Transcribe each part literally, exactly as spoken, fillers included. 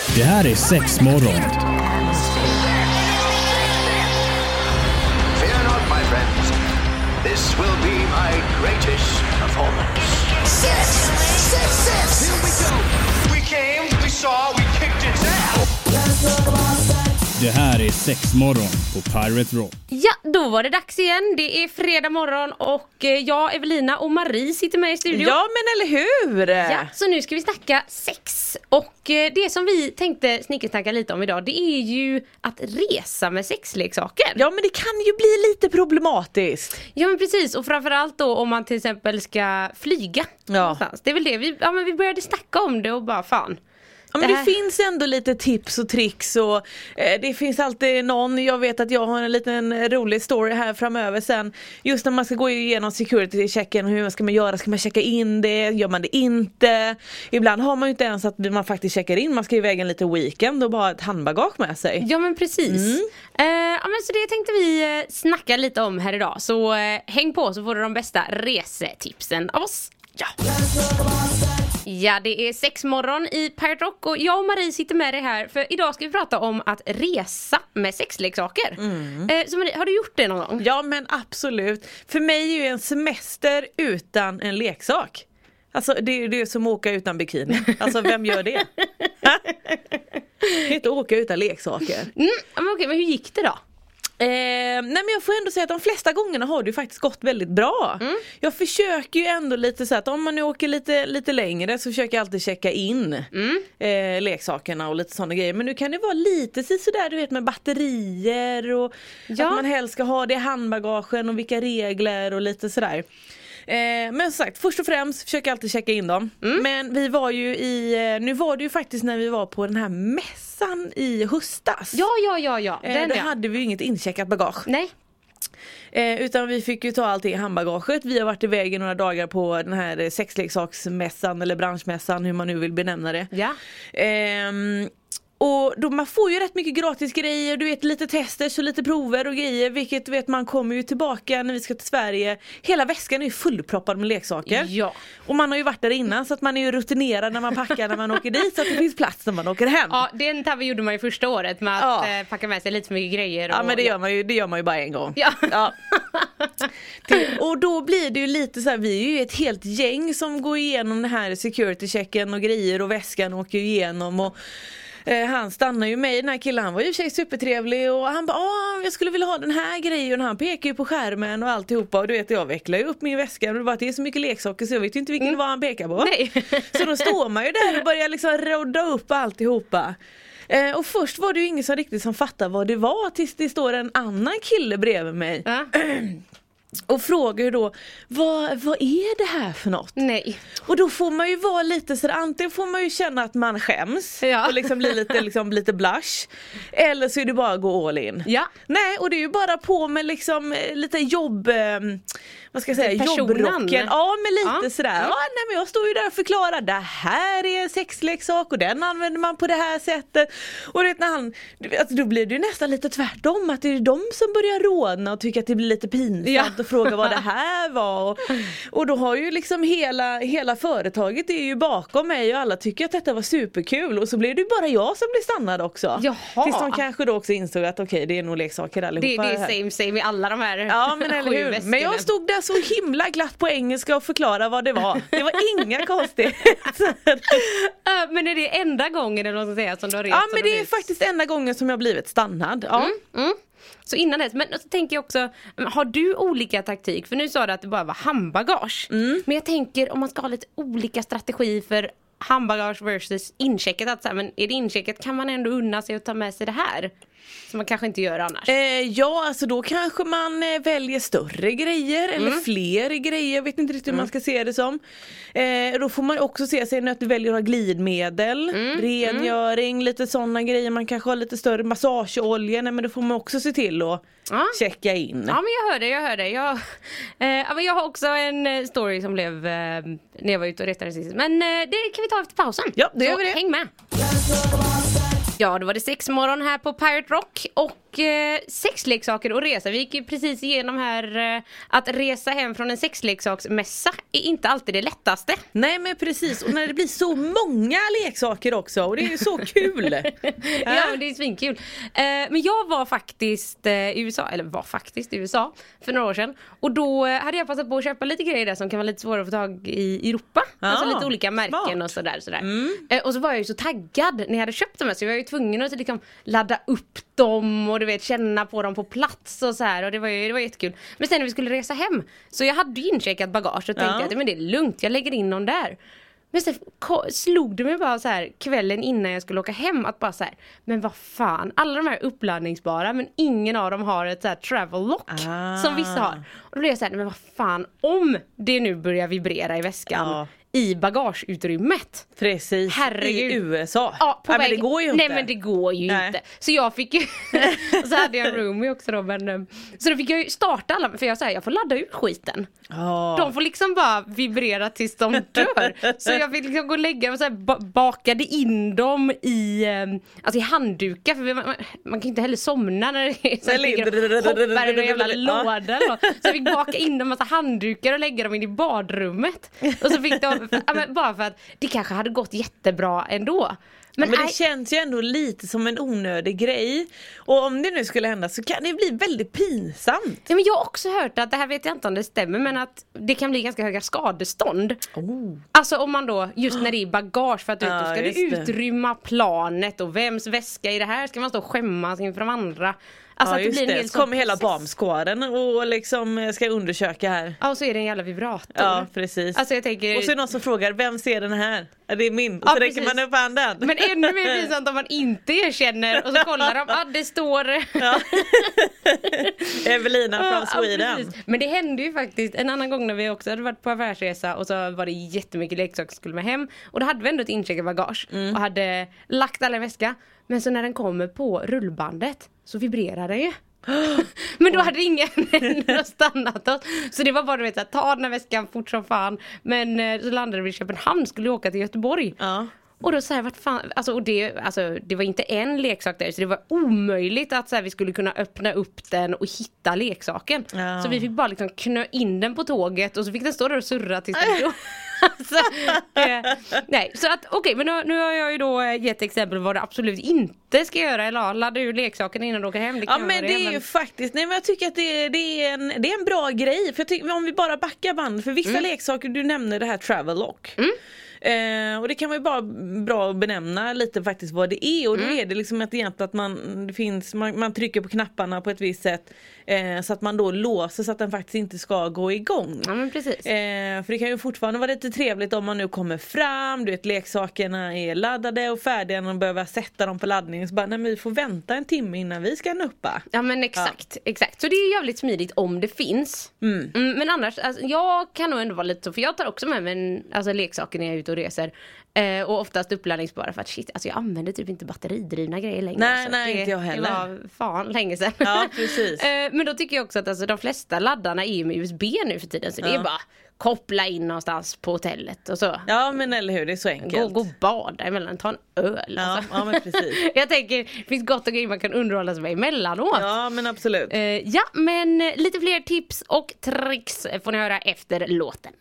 Det här är sex morgon. Fear not, my friends. This will be my greatest performance. Six! Six, six! Here we go. We came, we saw, we kicked its ass. Det här är sex morgon på Pirate Rock. Ja, då var det dags igen. Det är fredag morgon och jag, Evelina och Marie sitter med i studion. Ja, men eller hur? Ja, så nu ska vi snacka sex. Och det som vi tänkte snickesnacka lite om idag, det är ju att resa med sexleksaker. Ja, men det kan ju bli lite problematiskt. Ja, men precis. Och framförallt då om man till exempel ska flyga Ja. någonstans. Det är väl det. Vi, ja, men vi började snacka om det och bara fan. Ja, men Det det, här- finns ändå lite tips och tricks och eh, det finns alltid någon, jag vet att jag har en liten rolig story här framöver sen, just när man ska gå igenom security-checken och hur ska man göra, ska man checka in det, gör man det inte, ibland har man ju inte ens att man faktiskt checkar in, man ska iväg en liten weekend och bara ha ett handbagage med sig. Ja, men precis. Mm. Eh, ja, men så det tänkte vi eh, snacka lite om här idag. Så eh, häng på så får du de bästa resetipsen av oss. Ja. Ja, det är sex morgon i Pirate Rock och jag och Marie sitter med dig här. För idag ska vi prata om att resa med sexleksaker. Mm. Eh, så Marie, har du gjort det någon gång? Ja, men absolut. För mig är ju en semester utan en leksak. Alltså det är ju det som att åka utan bikini. Alltså vem gör det? Det är inte att åka utan leksaker. Mm, men okej, men hur gick det då? Eh, nej men jag får ändå säga att de flesta gångerna har det ju faktiskt gått väldigt bra. Mm. Jag försöker ju ändå lite så att om man nu åker lite, lite längre så försöker jag alltid checka in mm. eh, leksakerna och lite sådana grejer. Men nu kan det vara lite sådär, du vet, med batterier och ja. Att man helst ska ha det i handbagagen och vilka regler och lite sådär. Eh, men som sagt, först och främst försöker jag alltid checka in dem. Mm. Men vi var ju i, nu var det ju faktiskt när vi var på den här mässan i höstas. Ja, ja, ja, ja. Den Eh, då ja. hade vi ju inget incheckat bagage. Nej. Eh, utan vi fick ju ta allting i handbagaget. Vi har varit iväg i några dagar på den här sexleksaksmässan eller branschmässan, hur man nu vill benämna det. Ja. Ehm, och då man får ju rätt mycket gratis grejer, du vet, lite tester och lite prover och grejer, vilket du vet, man kommer ju tillbaka när vi ska till Sverige. Hela väskan är ju fullproppad med leksaker. Ja. Och man har ju varit där innan så att man är ju rutinerad när man packar när man åker dit, så att det finns plats när man åker hem. Ja, den tabben gjorde man ju första året med att Ja. eh, packa med sig lite för mycket grejer. Och, Ja, men det gör man ju, det gör man ju bara en gång. Ja. Ja. Det, och då blir det ju lite så här, vi är ju ett helt gäng som går igenom den här security-checken och grejer och väskan åker ju igenom och eh, han stannar ju mig, den här killen, han var ju i sig supertrevlig och han bara, åh, jag skulle vilja ha den här grejen och han pekar ju på skärmen och alltihopa och du vet, jag vecklar ju upp min väska och det, bara, det är så mycket leksaker så jag vet ju inte vilken mm. det var han pekar på. Nej. Så då står man ju där och börjar liksom rodda upp alltihopa. Eh, och först var det ju ingen som riktigt som fattade vad det var tills det står en annan kille bredvid mig. Ja. Och frågar ju då, vad, vad är det här för något? Nej. Och då får man ju vara lite så, antingen får man ju känna att man skäms Ja. och liksom bli lite, liksom, lite blush. Eller så är det bara att gå all in. Ja. Nej, och det är ju bara på med liksom lite jobb, eh, vad ska jag säga, Personen. jobbrocken. Ja, men lite Ja. sådär. Mm. Ja, nej, men jag står ju där och förklarar, det här är en sexleksak och den använder man på det här sättet. Och det, när han, alltså, då blir det ju nästan lite tvärtom, att det är de som börjar råna och tycker att det blir lite pinsamt. Ja. Och fråga vad det här var och, och då har ju liksom hela, hela företaget är ju bakom mig och alla tycker att detta var superkul och så blir det ju bara jag som blir stannad också. Jaha. Tills de kanske då också insåg att okej, okay, det är nog leksaker allihopa. Det, det är här. same same i alla de här. Ja, men eller sju hur. väskorna. Men jag stod där så himla glatt på engelska och förklara vad det var. Det var inga konstigheter. Uh, men är det enda gången eller något att säga som du har rest? Ja, men det är vis? faktiskt enda gången som jag blivit stannad. Ja. Mm, mm. Så innan dess, men så tänker jag också, har du olika taktik? För nu sa du att det bara var handbagage. Mm. Men jag tänker om man ska ha lite olika strategi för handbagage versus inchecket. Att så här, men är det inchecket kan man ändå unna sig att ta med sig det här. Som man kanske inte gör annars. Eh, ja, alltså då kanske man eh, väljer större grejer eller Mm. fler grejer. Jag vet inte riktigt hur Mm. man ska se det som. Eh, då får man också se sig att du väljer att ha glidmedel, Mm. rengöring, mm. lite sådana grejer. Man kanske har lite större massageolja. Nej, men då får man också se till att Ja. checka in. Ja, men jag hör det, jag hör det. Jag, eh, ja, men jag har också en eh, story som blev eh, när jag var ute och retade sist. Men eh, det kan vi ta efter pausen. Ja, det Så gör vi det. häng med. Ja, då var det sex morgon här på Pirate Rock. Och Och eh, sexleksaker och resa. Vi gick ju precis igenom här eh, att resa hem från en sexleksaksmässa är inte alltid det lättaste. Nej, men precis. Och när det blir så många leksaker också. Och det är ju så kul. Ja, men det är svinkul. Eh, men jag var faktiskt eh, i U S A, eller var faktiskt i U S A för några år sedan. Och då eh, hade jag passat på att köpa lite grejer där som kan vara lite svåra att få tag i Europa. Ja, alltså lite olika märken smart. och sådär. sådär. Mm. Eh, och så var jag ju så taggad när jag hade köpt dem här, så jag var ju tvungen att liksom ladda upp dem och du vet, känna på dem på plats och så här. Och det var ju det var jättekul. Men sen när vi skulle resa hem, så jag hade ju incheckat bagage och tänkte Ja. att men det är lugnt, jag lägger in dem där. Men sen ko- slog det mig bara så här kvällen innan jag skulle åka hem att bara så här, men vad fan, alla de här uppladdningsbara, men ingen av dem har ett så här travel lock Ah. som vissa har. Och då blev jag så här, men vad fan, om det nu börjar vibrera i väskan Ja. i bagageutrymmet. Precis. Herregud. I U S A. Ja, på Nej, väg. men det går ju inte. Nej, men det går ju Nej. inte. Så jag fick ju och så hade jag en roomie också då, men eh, så då fick jag ju starta alla, för jag sa jag får ladda ur skiten. Ja. De får liksom bara vibrera tills de dör. Så jag fick liksom gå och lägga och så här, ba- bakade in dem i eh, alltså i handdukar, för man, man, man kan inte heller somna när det är så här, ligger och hoppar i en jävla låda. Så jag fick baka in en massa handdukar och lägga dem in i badrummet. Och så fick de, ja, men bara för att det kanske hade gått jättebra ändå. Men, Men, men aj- det känns ju ändå lite som en onödig grej. Och om det nu skulle hända så kan det bli väldigt pinsamt. Ja, men jag har också hört att, det här vet jag inte om det stämmer, men att det kan bli ganska höga skadestånd. Oh. Alltså om man då, just när det är bagage, för att Ja, då ska det just det. utrymma planet och vems väska är det här? Ska man stå och skämmas inför de andra? Alltså Ja, att det just blir en det. hel Så kommer sån hela process. bombskåren och liksom ska undersöka här. Ja, och så är det en jävla vibrator. Ja, precis. Alltså jag tänker... Och så är det någon som frågar, vem ser den här? Ja, det är min. Och Ja, så räcker precis. man upp handen. Men ännu mer pinsamt om man inte erkänner och så kollar de, ah, det står... Ja. Evelina Ja, från Sweden. precis. Men det hände ju faktiskt en annan gång när vi också hade varit på affärsresa och så var det jättemycket leksaker som skulle med hem. Och då hade vi ändå ett incheckat bagage Mm. och hade lagt alla i väska. Men så när den kommer på rullbandet så vibrerar den ju. Men då hade ingen stannat oss. Så det var bara, du vet, att ta den här väskan fort som fan. Men eh, så landade vi i Köpenhamn, skulle åka till Göteborg. Ja. Och då säger jag, vart fan, alltså, och det, alltså, det var inte en leksak där, så det var omöjligt att så här, vi skulle kunna öppna upp den och hitta leksaken. Ja. Så vi fick bara liksom knö in den på tåget och så fick den stå där och surra tills den dog. Alltså, eh, nej, så att okej, men nu, nu har jag ju då eh, gett exempel på vad du absolut inte ska göra, eller ja, ladda ur leksaken innan du åker hem. Det Ja, kan men vara det är men... ju faktiskt, nej men jag tycker att det är, det är, en, det är en bra grej. För jag tycker, om vi bara backar band, för vissa Mm. leksaker, du nämner det här travel lock. Mm. Eh, och det kan man ju bara bra att benämna lite faktiskt vad det är. Och då Mm. är det liksom att egentligen att man, det finns, man, man trycker på knapparna på ett visst sätt. Eh, så att man då låser så att den faktiskt inte ska gå igång. Ja, men precis. Eh, för det kan ju fortfarande vara lite trevligt om man nu kommer fram, du vet, leksakerna är laddade och färdiga, och behöver sätta dem på laddning, så bara, nej men vi får vänta en timme innan vi ska nuppa. Ja, men exakt, exakt. Så det är jävligt smidigt om det finns. Mm. Mm, men annars, alltså, jag kan nog ändå vara lite så, för jag tar också med mig en, alltså, leksaker när jag är ute och reser. Eh, och oftast uppladdningsbara, för att shit, alltså jag använder typ inte batteridrivna grejer längre. Nej, alltså. nej, det, inte jag heller. Det var fan länge sedan. Ja, precis. eh, men då tycker jag också att alltså, de flesta laddarna är ju med U S B nu för tiden, så det Ja. är bara koppla in någonstans på hotellet och så. Ja, men eller hur, det är så enkelt. Gå, gå och bada emellan, ta en öl. Ja, Alltså. ja, men precis. Jag tänker, det finns gott och grejer man kan underhålla sig med emellanåt. Ja, men absolut. Eh, ja, men eh, lite fler tips och tricks får ni höra efter låten.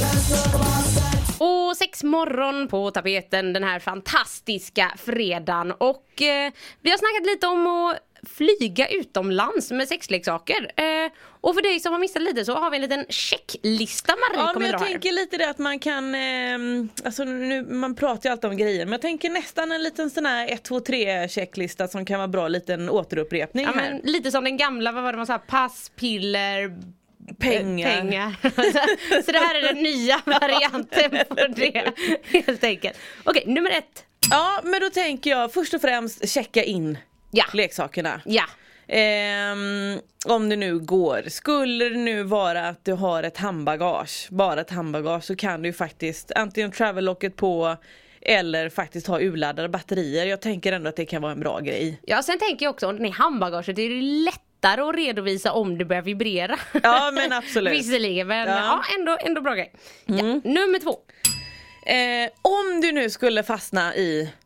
Och sex morgon på tapeten den här fantastiska fredagen. Och eh, vi har snackat lite om att flyga utomlands med sexleksaker. Eh, och för dig som har missat lite så har vi en liten checklista Marie Ja, kommer men jag dra här. tänker lite det att man kan, eh, alltså nu, man pratar ju alltid om grejer, men jag tänker nästan en liten sån här ett, två, tre checklista som kan vara bra, liten återupprepning Ja, här. men lite som den gamla, vad var det man sa? Pass, piller, Pengar. eh, pengar. så, så det här är den nya varianten på det, helt enkelt. Okej, nummer ett. Ja, men då tänker jag först och främst checka in Ja. leksakerna. Ja. Ehm, om det nu går. Skulle det nu vara att du har ett handbagage, bara ett handbagage, så kan du ju faktiskt antingen travellocket på eller faktiskt ha urladdade batterier. Jag tänker ändå att det kan vara en bra grej. Ja, sen tänker jag också om den är handbagaget, det är lättare att redovisa om det börjar vibrera. Ja, men absolut. Visserligen, men Ja. ja, ändå, ändå bra grej. Ja, Mm. nummer två. Eh, om du nu skulle fastna i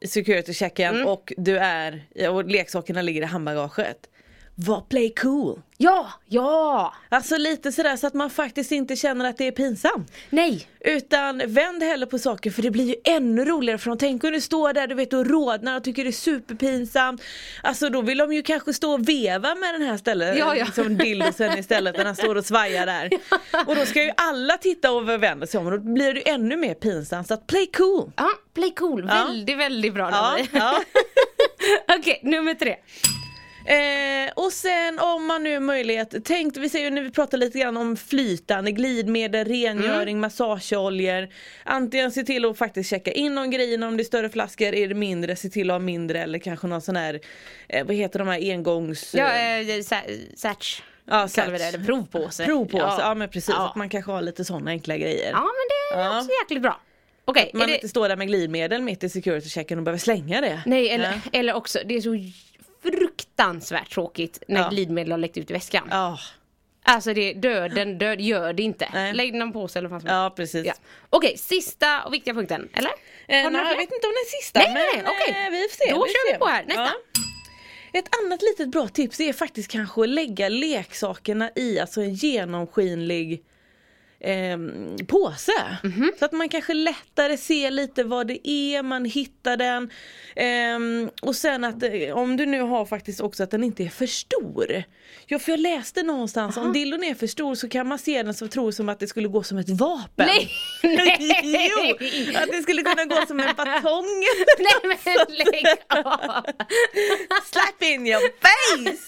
security-checken mm. och du är och leksakerna ligger i handbagaget. Var play cool. Ja, ja. Alltså lite sådär så att man faktiskt inte känner att det är pinsamt. Nej. Utan vänd heller på saker, för det blir ju ännu roligare. För de tänker att du står där, du vet, och rodnar och tycker det är superpinsamt. Alltså då vill de ju kanske stå och veva med den här stället. Ja, ja. Som dildosen istället när han står och svajar där. Ja. Och då ska ju alla titta och vända sig om. Och då blir det ju ännu mer pinsamt. Så att play cool. Ja, play cool. Ja. Väldigt, väldigt bra. Ja, ja. Okej, okay, nummer tre. Eh, och sen om man nu har möjlighet, tänk, vi säger ju när vi pratar lite grann om flytande glidmedel, rengöring, mm. massageoljor. Antingen se till att faktiskt checka in någon grejer, om det är större flaskor, är det mindre, se till att ha mindre, eller kanske någon sån här, eh, vad heter de här engångs... Ja, eh, satch. Ja, kallar vi det, eller provpåse. Provpåse, ja, ja men precis, ja. Att man kanske har lite såna enkla grejer. Ja, men det är ja. också jäkligt bra. Okay, man det... inte står där med glidmedel mitt i security-checken och behöver slänga det. Nej, eller, ja. eller också, det är så fruktansvärt tråkigt när ja. glidmedel har läckt ut i väskan. Ja. Alltså det döden, död gör det inte. Nej. Lägg den på sig eller vad fan. Ja, precis. Ja. Okej, okay, sista och viktiga punkten, eller? Eh, nej, jag vet inte om den sista. Nej, men nej, okej. Okay. Vi får se. Då vi kör se. vi på här, nästa. Ja. Ett annat litet bra tips är faktiskt kanske att lägga leksakerna i alltså en genomskinlig Eh, påse mm-hmm. så att man kanske lättare ser lite vad det är, man hittar den eh, och sen att om du nu har faktiskt också att den inte är för stor. Ja, för jag läste någonstans Aha. om dildon är för stor så kan man se den så tror som att det skulle gå som ett vapen. Nej, nej. Jo, att det skulle kunna gå som en batong. Nej, men lägg av. Slap in your face.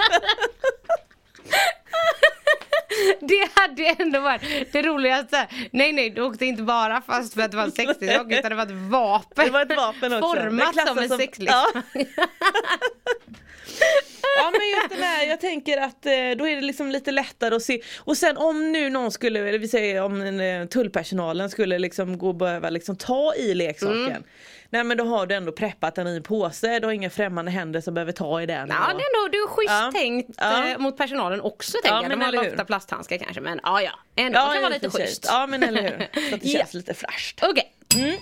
Det hade ändå varit det roligaste. Nej, nej, du åkte inte bara fast för att det var en sexleksak, utan det var ett vapen. Det var ett vapen också. Format som en som... sexleksak. Ja. Ja, men just den här, jag tänker att då är det liksom lite lättare att se. Och sen om nu någon skulle, eller vi säger om en, tullpersonalen skulle liksom gå och behöva liksom ta i leksaken. Mm. Nej, men då har du ändå preppat den i en påse. Du har inga främmande händer som behöver ta i den. Ja, det är ändå, du är schysst ja. tänkt ja. eh, mot personalen också, tänker ja, jag. men De har eller ofta plasthandskar kanske, men ja, ja. Ändå ja, kan vara lite schysst. Ja, men eller hur. Så att det känns ja. lite fräscht. Okej. Okay. Mm.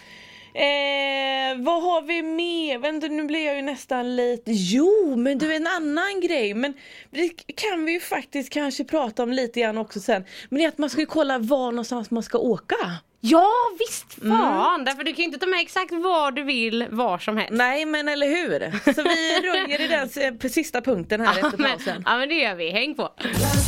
Eh, vad har vi med? Vänta, nu blir jag ju nästan lite... Jo, men du, en annan grej. Men det kan vi ju faktiskt kanske prata om lite grann också sen. Men det är att man ska ju kolla var någonstans man ska åka. Ja, visst fan. Mm. Därför du kan ju inte ta med exakt vad du vill, var som helst. Nej, men eller hur? Så vi rullar i den på sista punkten här ja, efter men, pausen. Ja, men det gör vi. Häng på.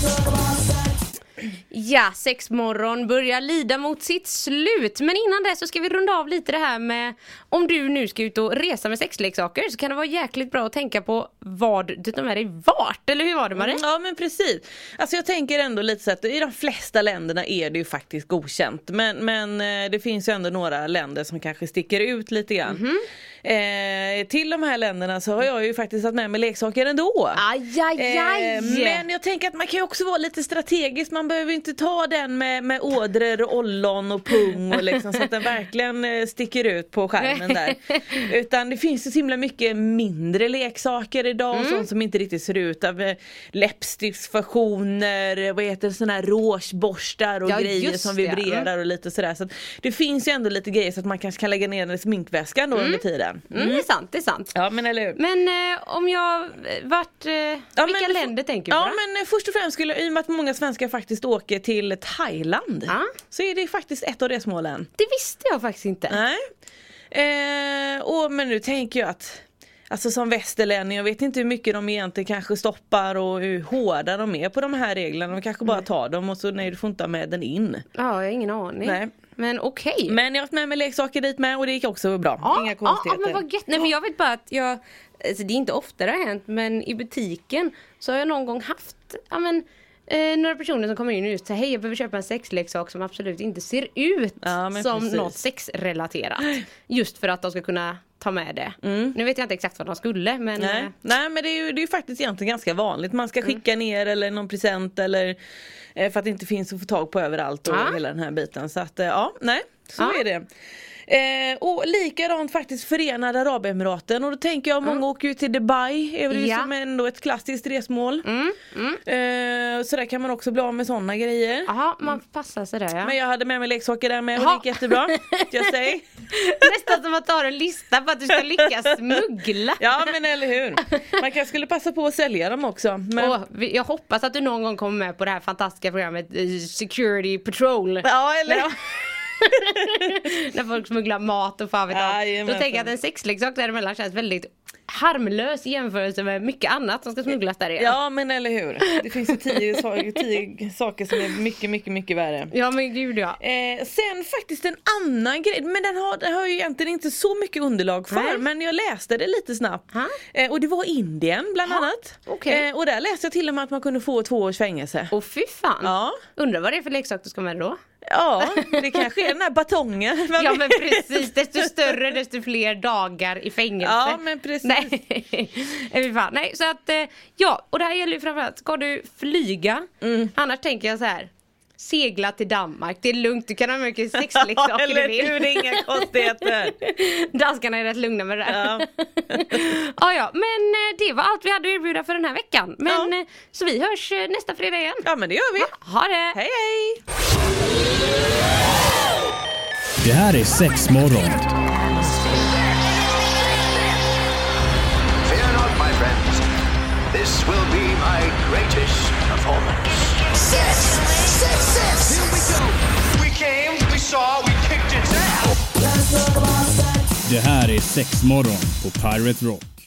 Ja, sexmorgon börjar lida mot sitt slut. Men innan det så ska vi runda av lite det här med, om du nu ska ut och resa med sexleksaker, så kan det vara jäkligt bra att tänka på vad du tar med dig vart. Eller hur var det, Marie? Mm, ja, men precis. Alltså jag tänker ändå lite så att i de flesta länderna är det ju faktiskt godkänt. Men, men det finns ju ändå några länder som kanske sticker ut lite grann. Mm-hmm. Eh, till de här länderna så har jag ju faktiskt satt med mig leksaker ändå. Aj, aj, aj. Eh, men jag tänker att man kan ju också vara lite strategisk. Man behöver inte ta den med, med ådror och ollon och pung och liksom, så att den verkligen eh, sticker ut på skärmen där. Utan det finns ju så himla mycket mindre leksaker idag, mm. sånt som inte riktigt ser ut av eh, läppstiftsversioner, vad heter det, såna här rougebborstar och ja, grejer som vibrerar det. Och lite sådär. Så att det finns ju ändå lite grejer så att man kanske kan lägga ner den i sminkväskan då mm. under tiden. Mm. Mm, det är sant, det är sant. Ja, men eller hur? Men eh, om jag vart eh, ja, vilka men, länder tänker du på? Ja, men först och främst skulle, i och med att många svenskar faktiskt åker till Thailand, ah. så är det faktiskt ett av resmålen. Det visste jag faktiskt inte. Nej. Eh, och, men nu tänker jag att alltså som västerlänning, jag vet inte hur mycket de egentligen kanske stoppar och hur hårda de är på de här reglerna. De kanske bara nej. tar dem och så nej, du får inte ha med den in. Ja, jag har ingen aning. Nej. Men okej. Okay. Men jag har haft med mig leksaker dit med och det gick också bra. Ja, inga konstigheter. Ja, men vad gött. Nej, men jag vet bara att jag, alltså det är inte ofta det har hänt, men i butiken så har jag någon gång haft, ja men Eh, några personer som kommer in och just säger hej, jag behöver köpa en sexleksak som absolut inte ser ut ja, som precis. Något sexrelaterat. Just för att de ska kunna ta med det. Mm. Nu vet jag inte exakt vad de skulle, men... Nej, eh... Nej men det är ju det är faktiskt egentligen ganska vanligt. Man ska skicka mm. ner eller någon present eller eh, för att det inte finns att få tag på överallt och ja. Hela den här biten. Så att, eh, ja, nej, så ja. Är det. Eh, och likadant faktiskt Förenade Arabemiraten. Och då tänker jag, många mm. åker ju till Dubai. Är väl ja. som ändå ett klassiskt resmål. Mm. Mm. Eh, så där kan man också bli av med sådana grejer. Jaha, man passar sig där, ja. Men jag hade med mig leksaker där med och det gick jättebra. Jag säger. Nästan som att ta en lista för att du ska lyckas smuggla. Ja, men eller hur. Man kanske skulle passa på att sälja dem också. Men... Oh, jag hoppas att du någon gång kommer med på det här fantastiska programmet Security Patrol. Ja, eller... När folk smugglar mat och fan vet ja, jag. Då tänker jag att en sexleksak däremellan känns väldigt harmlös i jämförelse med mycket annat som ska smugglas där igen. Ja, men eller hur. Det finns ju tio, tio saker som är mycket, mycket, mycket värre. Ja, men gud ja. Eh, sen faktiskt en annan grej, men den har, den har ju egentligen inte så mycket underlag för, Nej. men jag läste det lite snabbt. Eh, och det var Indien bland ha? annat. Okay. Eh, och där läste jag till och med att man kunde få två års fängelse. Åh fy fan. Ja. Undrar vad det är för leksak du ska med då? Ja, det kanske är den här batongen. Ja, men precis. Desto större, desto fler dagar i fängelse. Ja, men precis. Nej, fan. Nej, så att, ja, och det här gäller ju framförallt, ska du flyga? Mm. Annars tänker jag så här, segla till Danmark. Det är lugnt, du kan ha mycket sexleksaker eller du vill. hur, det är inga konstigheter. Danskarna är rätt lugna med det där. Ja. ja, ja, men det var allt vi hade att erbjuda för den här veckan. Men ja. Så vi hörs nästa fredag igen. Ja, men det gör vi. Ha det. Hej, hej. Det här är Sexmorgon. Fear not, my friends. This will be my greatest performance. Six, six, six. Here we go. We came, we saw, we kicked its ass. Det här är Sexmorgon på Pirate Rock.